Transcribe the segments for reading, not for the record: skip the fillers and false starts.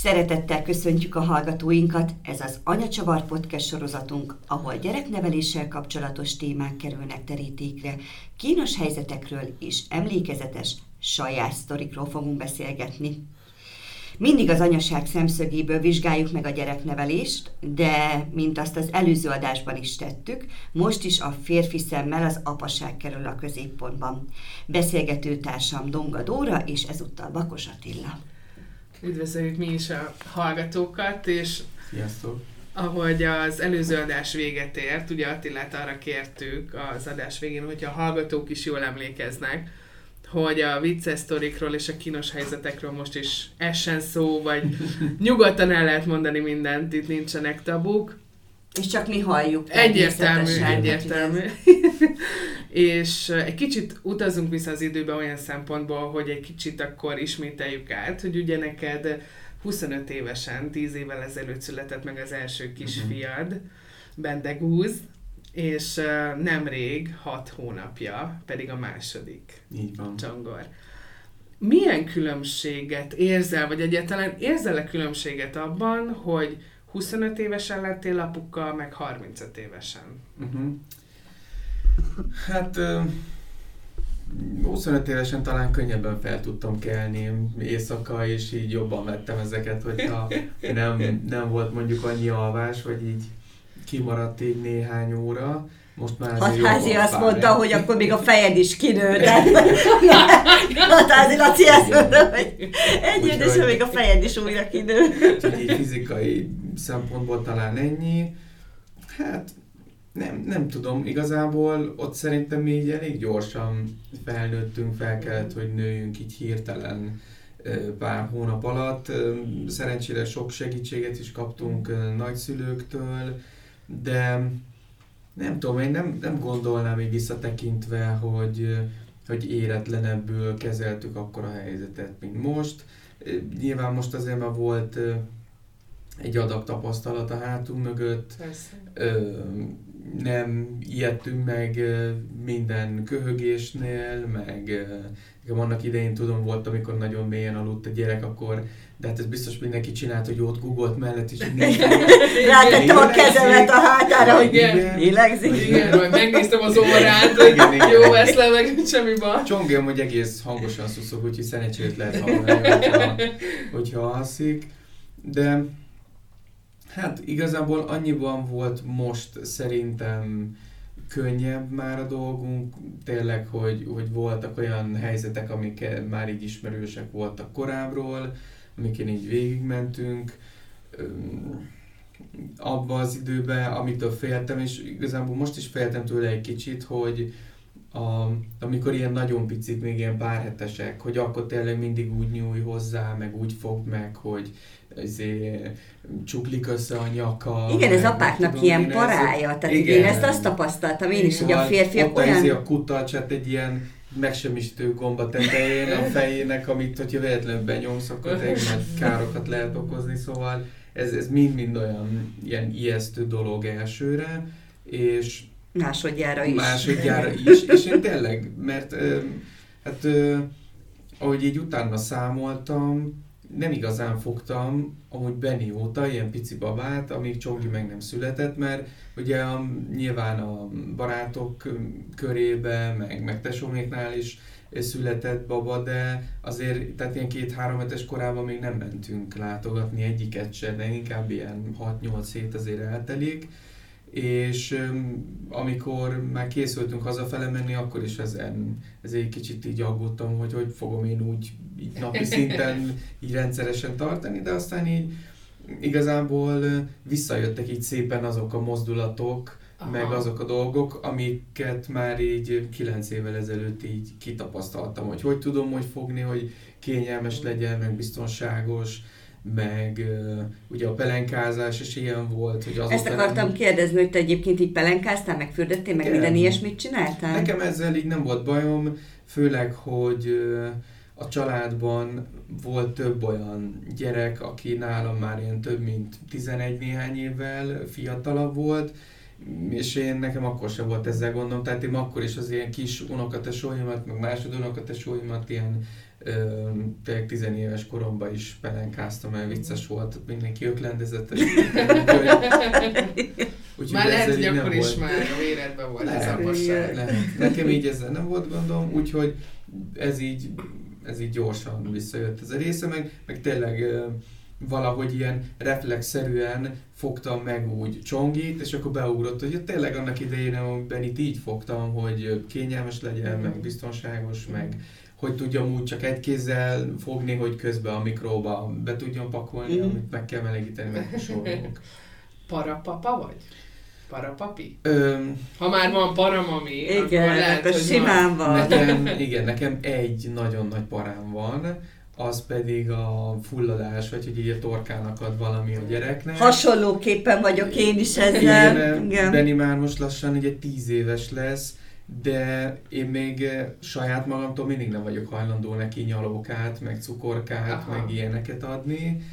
Szeretettel köszöntjük a hallgatóinkat, ez az Anyacsavar podcast sorozatunk, ahol gyerekneveléssel kapcsolatos témák kerülnek terítékre, kínos helyzetekről és emlékezetes, saját sztorikról fogunk beszélgetni. Mindig az anyaság szemszögéből vizsgáljuk meg a gyereknevelést, de, mint azt az előző adásban is tettük, most is a férfi szemmel az apaság kerül a középpontban. Beszélgető társam Donga Dóra, és ezúttal Bakos Attila. Üdvözöljük mi is a hallgatókat, és sziasztok! Ahogy az előző adás véget ért, ugye Attilát arra kértük az adás végén, hogyha a hallgatók is jól emlékeznek, hogy a vicces sztorikról és a kínos helyzetekről most is essen szó, vagy nyugodtan el lehet mondani mindent, itt nincsenek tabuk. És csak mi halljuk. Egyértelmű. És egy kicsit utazunk vissza az időbe olyan szempontból, hogy egy kicsit akkor ismételjük át, hogy ugye neked 25 évesen, 10 évvel ezelőtt született meg az első kisfiad, Bendegúz, és nemrég 6 hónapja, pedig a második. Így van. Csongor. Milyen különbséget érzel, vagy egyáltalán érzel-e különbséget abban, hogy 25 évesen lettél apuka, meg 35 évesen? Hát 25 évesen talán könnyebben fel tudtam kelni éjszaka, és így jobban vettem ezeket, hogyha nem volt mondjuk annyi alvás, vagy így kimaradt így néhány óra. Most már Hatházi azt mondta, hogy akkor még a fejed is kinő, Hatházi Laci azt mondta, hogy egyébként még a fejed is újra kinő. Úgyhogy így fizikai szempontból talán ennyi. Hát nem tudom, igazából ott szerintem mi így elég gyorsan felnőttünk, fel kellett, hogy nőjünk így hirtelen pár hónap alatt. Szerencsére sok segítséget is kaptunk nagyszülőktől, de nem tudom, én nem gondolnám így visszatekintve, hogy éretlenebbül kezeltük akkor a helyzetet, mint most. Nyilván most azért már volt egy adag tapasztalat a hátunk mögött. Nem ijedtünk meg minden köhögésnél, meg annak idején tudom, volt, amikor nagyon mélyen aludt a gyerek, akkor, de hát ez biztos mindenki csinált, hogy ott googolt mellett is, hogy rátettem a kezemet a hátára, hogy lélegzik. Igen, majd megnéztem az órát, hogy jó lesz le, meg semmi baj. Csongi amúgy egész hangosan szuszog, úgyhogy szerencsét lehet hallani, hogyha alszik, de hát igazából annyiban volt most szerintem könnyebb már a dolgunk, tényleg, hogy voltak olyan helyzetek, amik már így ismerősek voltak korábbról, amiken így végigmentünk abba az időben, amitől féltem, és igazából most is féltem tőle egy kicsit, hogy amikor ilyen nagyon picik, még ilyen pár hetesek, hogy akkor tényleg mindig úgy nyúj hozzá, meg úgy fog meg, hogy csuklik össze a nyaka. Igen, ez apáknak ilyen parája, tehát igen. Én ezt azt tapasztaltam én is, hogy a férfiak olyan... Ott a kutacsát egy ilyen megsemmisítő gomba tetején a fejének, amit hogyha véletlenül benyomsz, akkor tényleg nagy károkat lehet okozni, szóval ez mind-mind olyan ilyen ijesztő dolog elsőre, és Másodjára is, és én tényleg, mert ahogy így utána számoltam, nem igazán fogtam amúgy Benni óta ilyen pici babát, amíg Csongi meg nem született, mert ugye nyilván a barátok körébe, meg tesóméknál is született baba, de azért, tehát ilyen 2-3 hetes korában még nem mentünk látogatni egyiket se, de inkább ilyen 6-8 hét azért eltelik. És amikor már készültünk hazafele menni, akkor is ezért kicsit így aggódtam, hogy fogom én úgy így napi szinten így rendszeresen tartani, de aztán így igazából visszajöttek így szépen azok a mozdulatok, meg azok a dolgok, amiket már így 9 évvel ezelőtt így kitapasztaltam, hogy tudom, hogy fogni, hogy kényelmes legyen, meg biztonságos, meg ugye a pelenkázás is ilyen volt, hogy azóta... Ezt akartam kérdezni, hogy te egyébként így pelenkáztál, meg fürdettél, meg minden ilyesmit csináltál? Nekem ezzel így nem volt bajom, főleg, hogy a családban volt több olyan gyerek, aki nálam már ilyen több mint 11 néhány évvel fiatalabb volt, és nekem akkor sem volt ezzel gondom, tehát én akkor is az ilyen kis unokatesóimat, meg másod unokatesóimat ilyen tényleg 10 éves koromban is pelenkáztam, mert vicces volt, mindenki öklendezett. Már lehet, hogy akkor is már a véredben volt ez a passág. Lehet. Nekem így ezzel nem volt gondom, úgyhogy ez így gyorsan visszajött ez a része, meg tényleg valahogy ilyen reflexzerűen fogtam meg úgy Csongit, és akkor beugrott, hogy tényleg annak idején, amiben itt így fogtam, hogy kényelmes legyen, meg biztonságos, meg hogy tudjam úgy csak egy kézzel fogni, hogy közben a mikróba be tudjam pakolni, amit meg kell melegíteni, meg hasonlók. Parapapa vagy? Parapapi? Ha már van paramami, igen, akkor lehet, hogy simán van. Nekem egy nagyon nagy parám van, az pedig a fulladás, vagy hogy így a torkának ad valami a gyereknek. Hasonlóképpen vagyok én is ezzel. Igen. Benni már most lassan ugye 10 éves lesz, de én még saját magamtól mindig nem vagyok hajlandó neki nyalókát, meg cukorkát, meg ilyeneket adni.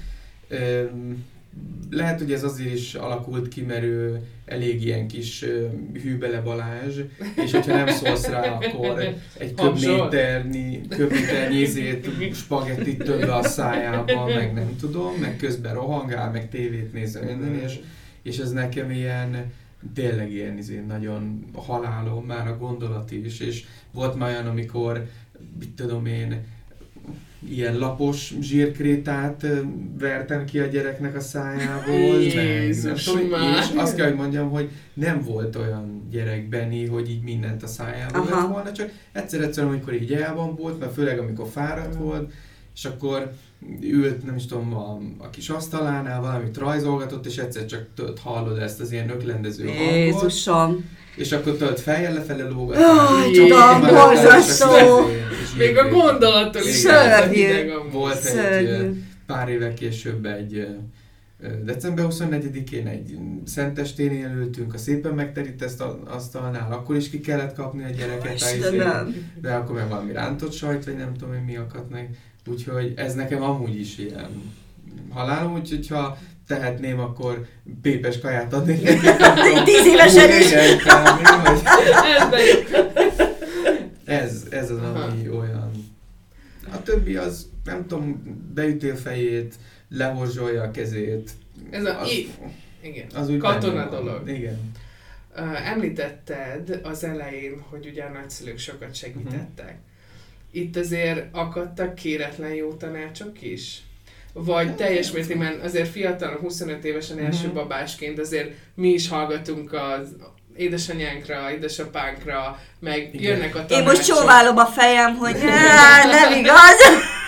Lehet, hogy ez azért is alakult ki, mert ő elég ilyen kis hűbele Balázs, és hogyha nem szólsz rá, akkor egy köbméternyi spagettit több a szájában, meg nem tudom, meg közben rohangál, meg tévét néz minden, és ez nekem ilyen, tényleg ilyen nagyon halálom, már a gondolat is, és volt már olyan, amikor, mit tudom én, ilyen lapos zsírkrétát vertem ki a gyereknek a szájából. Jézus már! És azt kell, hogy mondjam, hogy nem volt olyan gyerek Benni, hogy így mindent a szájából vett volna, csak egyszer, amikor így elbambult, mert főleg amikor fáradt volt, és akkor ült, nem is tudom, a kis asztalánál, valamit rajzolgatott, és egyszer csak hallod ezt az ilyen öklendező hangot. Jézusom! És akkor tudod feljel lefele lógat. Tudom, borzasztó! Még a gondolattól is szörnyű. Volt egy pár évvel később egy december 24-én egy szentesténél ültünk, a szépen megterített asztalnál, akkor is ki kellett kapni a gyereket, de akkor meg valami rántott sajt, vagy nem tudom, hogy mi akadt meg. Úgyhogy ez nekem amúgy is ilyen halálom, úgyhogy ha tehetném, akkor pépes kaját adnék neki. 10 évesen is! Ez az, ami olyan. A többi az, nem tudom, beütél fejét, lehorzsolja a kezét. Ez igen, az úgy katona dolog. Igen. Említetted az elején, hogy ugye a nagyszülők sokat segítettek. Itt azért akadtak kéretlen jó tanácsok is? Vagy teljes mértékben azért fiatal, 25 évesen első babásként azért mi is hallgatunk az édesanyánkra, édesapánkra, meg jönnek a tanácsok. Én most csóválom a fejem, hogy nem igaz.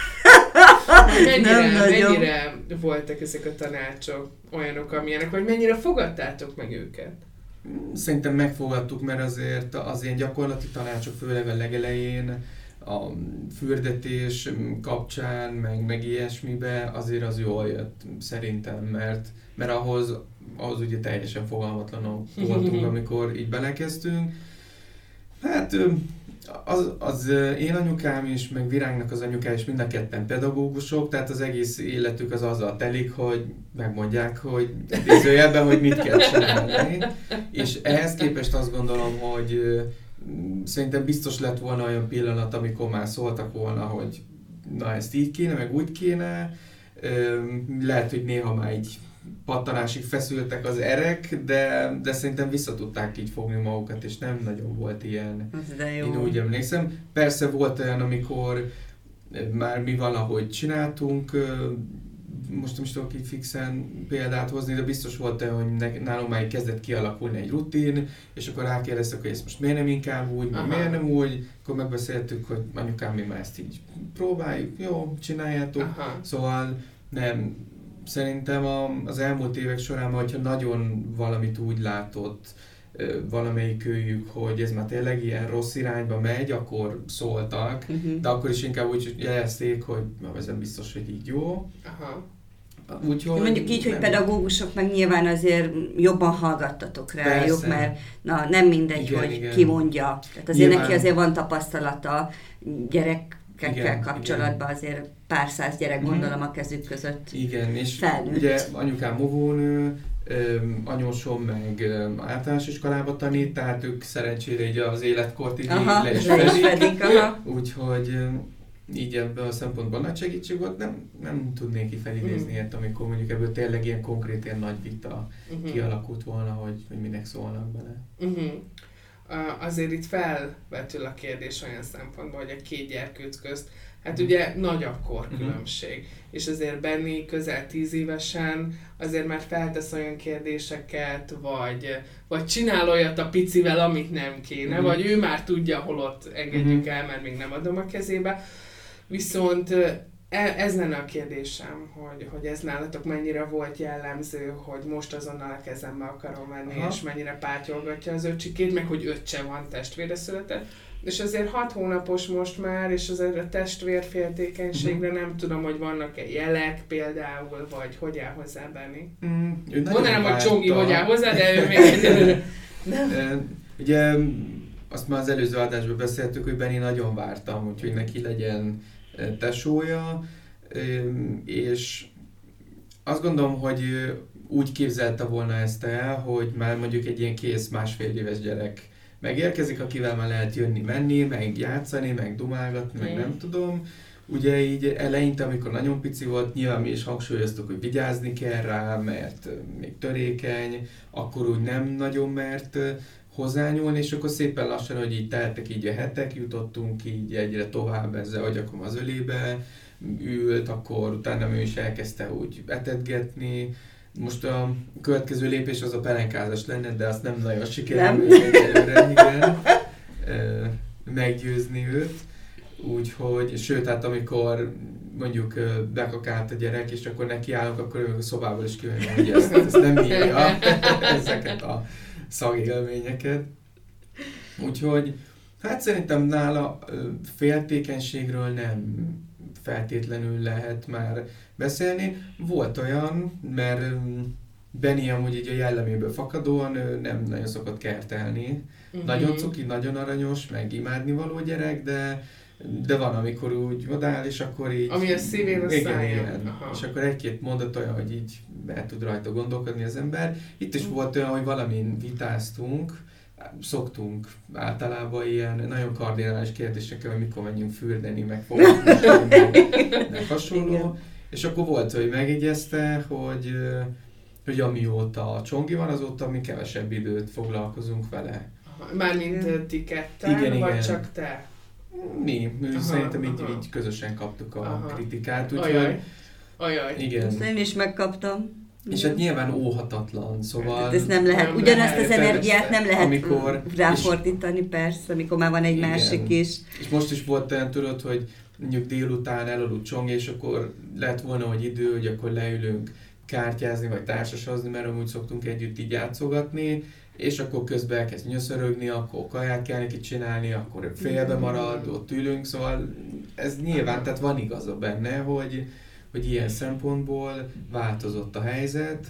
Mennyire voltak ezek a tanácsok olyanok, amilyenek, vagy mennyire fogadtátok meg őket? Szerintem megfogadtuk, mert azért az ilyen gyakorlati tanácsok, főleg a legelején, a fürdetés kapcsán, meg ilyesmibe azért az jól jött szerintem, mert ahhoz ugye teljesen fogalmatlanok voltunk, amikor így belekezdtünk. Hát az én anyukám is, meg Virágnak az anyukája is mind a ketten pedagógusok, tehát az egész életük az azzal telik, hogy megmondják, hogy idézőjelben, hogy mit kell csinálni. És ehhez képest azt gondolom, hogy szerintem biztos lett volna olyan pillanat, amikor már szóltak volna, hogy na ezt így kéne, meg úgy kéne. Lehet, hogy néha már így pattanásig feszültek az erek, de szerintem vissza tudták így fogni magukat, és nem nagyon volt ilyen. Én úgy emlékszem. Persze volt olyan, amikor már mi valahogy csináltunk, most nem is tudok így fixen példát hozni, de biztos volt olyan, hogy nálunk már kezdett kialakulni egy rutin, és akkor rákérdeztek, hogy ezt most miért nem inkább úgy, miért nem úgy, akkor megbeszéltük, hogy anyukám, mi már ezt így próbáljuk, jó, csináljátok. Szóval nem, szerintem az elmúlt évek során, hogyha nagyon valamit úgy látott valamelyik őjük, hogy ez már tényleg ilyen rossz irányba megy, akkor szóltak, de akkor is inkább úgy jelezték, hogy ez nem biztos, hogy így jó. Úgyhogy mondjuk így, hogy pedagógusok meg nyilván azért jobban hallgattatok rájuk, mert nem mindegy, igen. Ki mondja. Tehát azért nyilván neki azért van tapasztalata gyerekekkel kapcsolatban, azért pár száz gyerek gondolom a kezük között. Igen, és felnőtt. Ugye anyukám óvónő, anyósom meg általános iskolába tanít, tehát ők szerencsére így az életkort így le is fedik. Úgyhogy így ebben a szempontból nagy segítség volt, nem tudnék így felidézni ilyet, amikor mondjuk ebből tényleg ilyen konkrét, ilyen nagy vita kialakult volna, hogy minek szólnak bele. Azért itt felvetül a kérdés olyan szempontból, hogy a két gyerkőc közt, hát ugye nagy a korkülönbség, és azért Benni közel 10 évesen azért már feltesz olyan kérdéseket, vagy csinál olyat a picivel, amit nem kéne, vagy ő már tudja, hol ott engedjük el, mert még nem adom a kezébe. Viszont ez lenne a kérdésem, hogy ez nálatok mennyire volt jellemző, hogy most azonnal a kezembe akarom venni, és mennyire pátyolgatja az öcsikét, meg hogy öccse van, testvére született. És azért 6 hónapos most már, és azért a testvérféltékenységre nem tudom, hogy vannak-e jelek például, vagy hogy áll hozzá Benni. Mondanám, hogy Csongi hogy áll hozzá, de ő még egyelőre nem. Ugye azt már az előző adásban beszéltük, hogy Benni nagyon vártam, úgyhogy neki legyen tesója, és azt gondolom, hogy úgy képzelte volna ezt el, hogy már mondjuk egy ilyen kész 1,5 éves gyerek megérkezik, akivel már lehet jönni-menni, meg játszani, meg dumálgatni, meg nem tudom. Ugye így eleinte, amikor nagyon pici volt, nyilván mi is hangsúlyoztuk, hogy vigyázni kell rá, mert még törékeny, akkor úgy nem nagyon mert hozzányúlni, és akkor szépen lassan, hogy így teltek így a hetek, jutottunk így egyre tovább ezzel, hogy akkor az ölébe ült, akkor utána ő is elkezdte úgy etetgetni. Most a következő lépés az a pelenkázás lenne, de azt nem nagyon sikerül egyelőre, igen, meggyőzni őt. Úgyhogy, sőt, hát amikor mondjuk bekakált a gyerek, és akkor nekiállunk, akkor ő a szobából is kijönni, hogy ezt nem bírja, ezeket a szagélményeket. Úgyhogy, hát szerintem nála féltékenységről nem feltétlenül lehet már beszélni. Volt olyan, mert Benni amúgy így a jelleméből fakadóan nem nagyon szokott kertelni. Nagyon cuki, nagyon aranyos, meg imádnivaló gyerek, de van, amikor úgy odáll, és akkor így... Ami a szívén a száján. Igen. És akkor egy-két mondat olyan, hogy így el tud rajta gondolkodni az ember. Itt is volt olyan, hogy valamin vitáztunk, szoktunk általában ilyen nagyon kardinális kérdésekkel, hogy mikor menjünk fürdeni, meg foglalkozni, meg hasonló. Igen. És akkor volt, hogy megjegyezte, hogy amióta a Csongi van, azóta mi kevesebb időt foglalkozunk vele. Mármint ti ketten, vagy csak te? Mi. Szerintem így közösen kaptuk a kritikát. Ajaj. Igen. Ezt én is megkaptam. És hát nyilván óhatatlan, szóval... Hát ez nem lehet, ugyanazt az energiát nem lehet ráfordítani, persze, amikor már van egy másik is. És most is volt olyan, tudod, hogy mondjuk délután elaludt Csongi, és akkor lett volna, hogy idő, hogy akkor leülünk kártyázni, vagy társasazni, mert amúgy szoktunk együtt így játszogatni, és akkor közben elkezd nyöszörögni, akkor kaját kell neki csinálni, akkor félbe marad, ott ülünk, szóval ez nyilván, tehát van igaza benne, hogy ilyen szempontból változott a helyzet,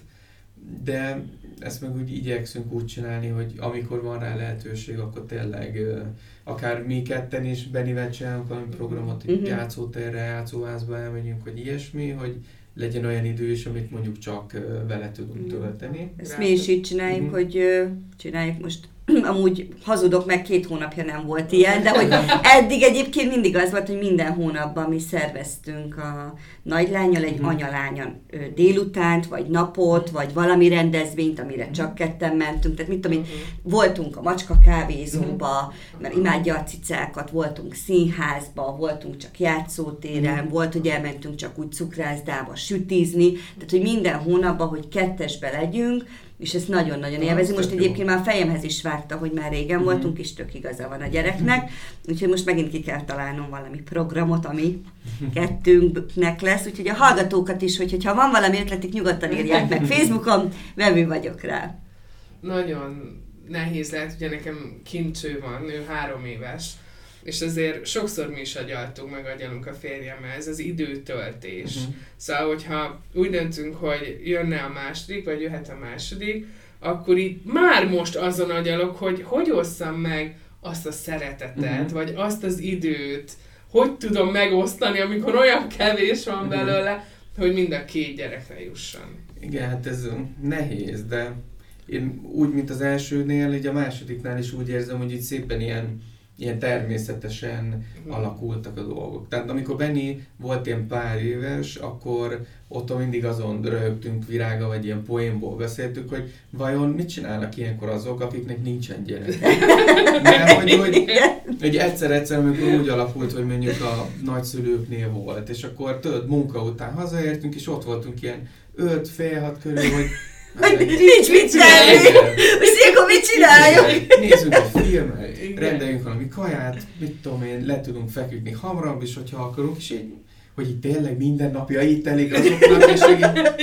de ezt meg úgy igyekszünk úgy csinálni, hogy amikor van rá lehetőség, akkor tényleg akár mi ketten is Bennivel csinálunk valami programot, hogy játszótérre, játszóházba elmegyünk, vagy ilyesmi, hogy legyen olyan idő is, amit mondjuk csak vele tudunk tölteni. Ezt mi is így csináljuk, hogy csináljuk most. Amúgy hazudok, meg 2 hónapja nem volt ilyen, de hogy eddig egyébként mindig az volt, hogy minden hónapban mi szerveztünk a nagylánnyal egy anyalányon délutánt, vagy napot, vagy valami rendezvényt, amire csak ketten mentünk. Tehát mit tudom én, voltunk a macska kávézóba, mert imádja a cicákat, voltunk színházba, voltunk csak játszótéren, volt, hogy elmentünk csak úgy cukrászdába sütizni, tehát hogy minden hónapban, hogy 2-esbe legyünk, és ezt nagyon-nagyon élvezi. Most egyébként már a fejemhez is vágta, hogy már régen voltunk, és tök igaza van a gyereknek. Úgyhogy most megint ki kell találnom valami programot, ami kettőnknek lesz. Úgyhogy a hallgatókat is, hogyha van valami ötletük, nyugodtan írják meg Facebookon, vevő vagyok rá. Nagyon nehéz lehet, ugye nekem kincső van, ő 3 éves, és azért sokszor mi is agyalunk a férjemmel, ez az időtöltés. Szóval, hogyha úgy döntünk, hogy jönne a második, vagy jöhet a második, akkor így már most azon agyalok, hogy osszam meg azt a szeretetet, vagy azt az időt, hogy tudom megosztani, amikor olyan kevés van belőle, hogy mind a 2 gyerekre jusson. Igen, hát ez nehéz, de én úgy, mint az elsőnél, így a másodiknál is úgy érzem, hogy így szépen ilyen ilyen természetesen alakultak a dolgok. Tehát amikor Benni volt ilyen pár éves, akkor otthon mindig azon röhögtünk, Virága, vagy ilyen poénból beszéltük, hogy vajon mit csinálnak ilyenkor azok, akiknek nincsen gyerek. Mert hogy egyszer amikor úgy alakult, hogy mondjuk a nagyszülőknél volt, és akkor tudod, munka után hazaértünk, és ott voltunk ilyen 5-6 körül, hogy nincs mit csinálni! Most ilyenkor mit csináljuk? Nézzünk egy filmet, rendeljünk valami kaját, mit tudom én, le tudunk feküdni hamarabb is, hogyha akarunk, és így, hogy itt tényleg minden napja itt elég azoknak, és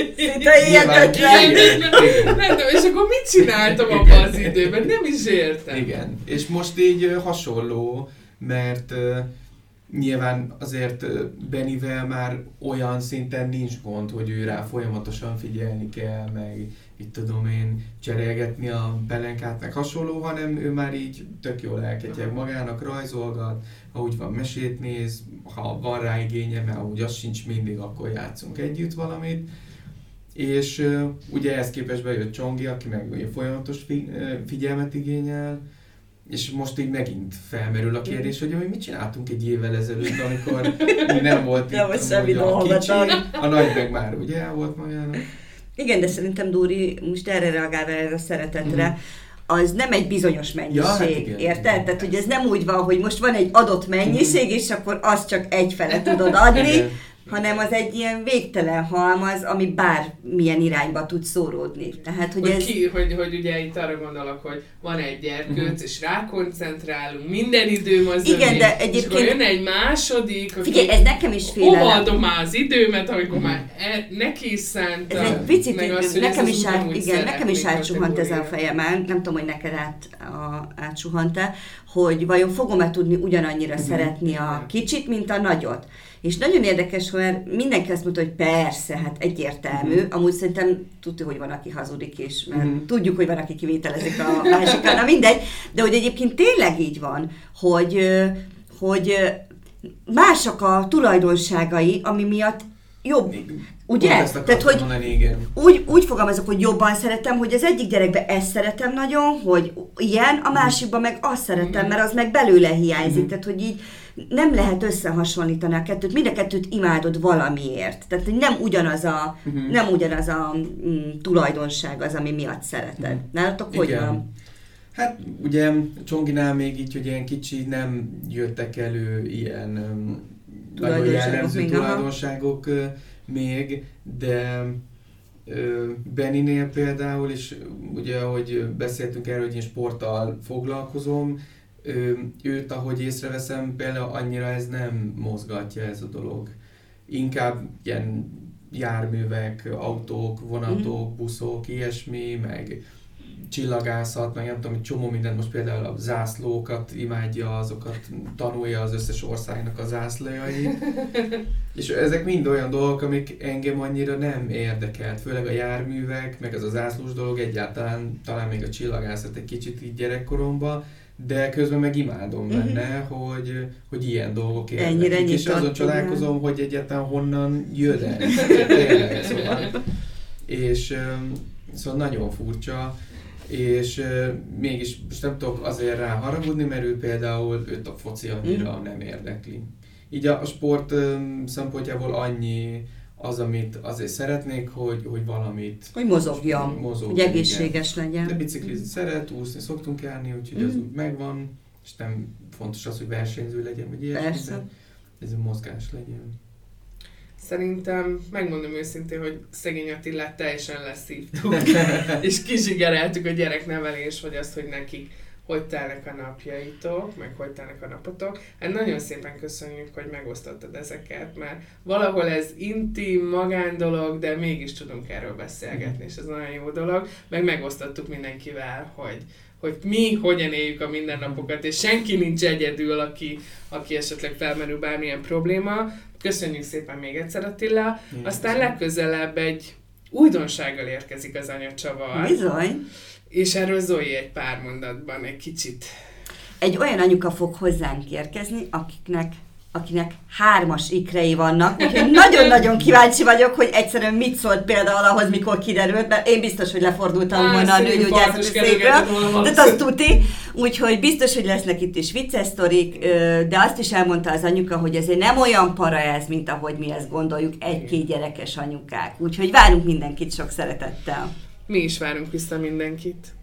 és akkor mit csináltam abban az időben? Nem is értem. Igen, és most így hasonló, mert nyilván azért Bennivel már olyan szinten nincs gond, hogy ő rá folyamatosan figyelni kell, meg itt tudom én cserélgetni a pelenkát, meg hasonló, hanem ő már így tök jól elketyeg magának, rajzolgat, ha úgy van mesét néz, ha van rá igénye, mert ahogy az sincs mindig, akkor játszunk együtt valamit. És ugye ehhez képest bejött Csongi, aki meg ugye folyamatos figyelmet igényel, és most így megint felmerül a kérdés, hogy mit csináltunk egy évvel ezelőtt, amikor nem volt itt a kicsi, a nagy meg már ugye el volt magának. Igen, de szerintem Dóri, most erre reagálva erre a szeretetre, az nem egy bizonyos mennyiség, érted? Tehát, hogy ez nem úgy van, hogy most van egy adott mennyiség, és akkor azt csak egyfele tudod adni, hanem az egy ilyen végtelen halmaz, ami bármilyen irányba tud szóródni. Tehát, hogy ugye itt arra gondolok, hogy van egy gyerkőc, és rákoncentrálunk, minden időm az igen, de egyébként... és akkor jön egy második, aki... Figyelj, ez nekem is félelem. Hova adom már az időmet, amikor már neki is szántam. Ez egy picit, nekem is átsuhant ezen a fejemen, nem tudom, hogy neked átsuhant-e, hogy vajon fogom-e tudni ugyanannyira szeretni a kicsit, mint a nagyot. És nagyon érdekes, mert mindenki azt mondta, hogy persze, hát egyértelmű. Amúgy szerintem tudja, hogy van, aki hazudik is, mert tudjuk, hogy van, aki kivételezik a másikán, na mindegy. De hogy egyébként tényleg így van, hogy másak a tulajdonságai, ami miatt jobb. Ugye? Tehát, hogy úgy fogalmazok, hogy jobban szeretem, hogy az egyik gyerekben ezt szeretem nagyon, hogy ilyen, a másikban meg azt szeretem, mert az meg belőle hiányzik. Tehát, hogy így nem lehet összehasonlítani a kettőt, mind a kettőt imádod valamiért. Tehát, hogy nem ugyanaz a tulajdonság az, ami miatt szereted. Nálatok hogy van? Hát ugye Csonginál még így, hogy ilyen kicsi nem jöttek elő ilyen nagyon jellemző tulajdonságok még, de Benninél például is, ugye ahogy beszéltünk erről, hogy én sporttal foglalkozom, őt, ahogy észreveszem, például annyira ez nem mozgatja ez a dolog. Inkább ilyen járművek, autók, vonatok, buszok, ilyesmi, meg csillagászat, meg nem tudom, egy csomó mindent, most például a zászlókat imádja, azokat tanulja az összes országnak a zászlójait. És ezek mind olyan dolgok, amik engem annyira nem érdekelt, főleg a járművek, meg az a zászlós dolog egyáltalán, talán még a csillagászat egy kicsit így gyerekkoromban, de közben meg imádom benne, hogy ilyen dolgok érdekelnek. És azon csodálkozom, hogy egyáltalán honnan jön ez. És szóval nagyon furcsa, és mégis most nem tudok azért rá haragudni, mert ő például őt a foci annyira nem érdekli. Így a sport szempontjából annyi az, amit azért szeretnék, hogy valamit... Hogy mozogjon, hogy egészséges legyen. De biciklizni szeret, úszni szoktunk járni, úgyhogy az úgy megvan, és nem fontos az, hogy versenyző legyen, vagy ilyesmi, de ez a mozgás legyen. Szerintem, megmondom őszintén, hogy szegény Attilát teljesen leszívtuk, és kizsigereltük a gyereknevelés, vagy azt, hogy nekik hogy telnek a napjaitok, meg hogy telnek a napotok. Hát nagyon szépen köszönjük, hogy megosztottad ezeket, mert valahol ez intim, magándolog, de mégis tudunk erről beszélgetni, és ez nagyon jó dolog. Meg megosztottuk mindenkivel, hogy mi hogyan éljük a mindennapokat, és senki nincs egyedül, aki esetleg felmerül bármilyen probléma. Köszönjük szépen még egyszer, Attila. Aztán legközelebb egy újdonsággal érkezik az Anyacsavar. Bizony. És erről Zoe egy pár mondatban egy kicsit. Egy olyan anyuka fog hozzánk érkezni, akinek 3-as ikrei vannak, úgyhogy nagyon-nagyon kíváncsi vagyok, hogy egyszerűen mit szólt például ahhoz, mikor kiderült, mert én biztos, hogy lefordultam volna a nőgyógyászati székről, de azt tuti. Úgyhogy biztos, hogy lesznek itt is vicces sztorik, de azt is elmondta az anyuka, hogy ezért nem olyan para ez, mint ahogy mi ezt gondoljuk, 1-2 gyerekes anyukák. Úgyhogy várunk mindenkit sok szeretettel. Mi is várunk vissza mindenkit.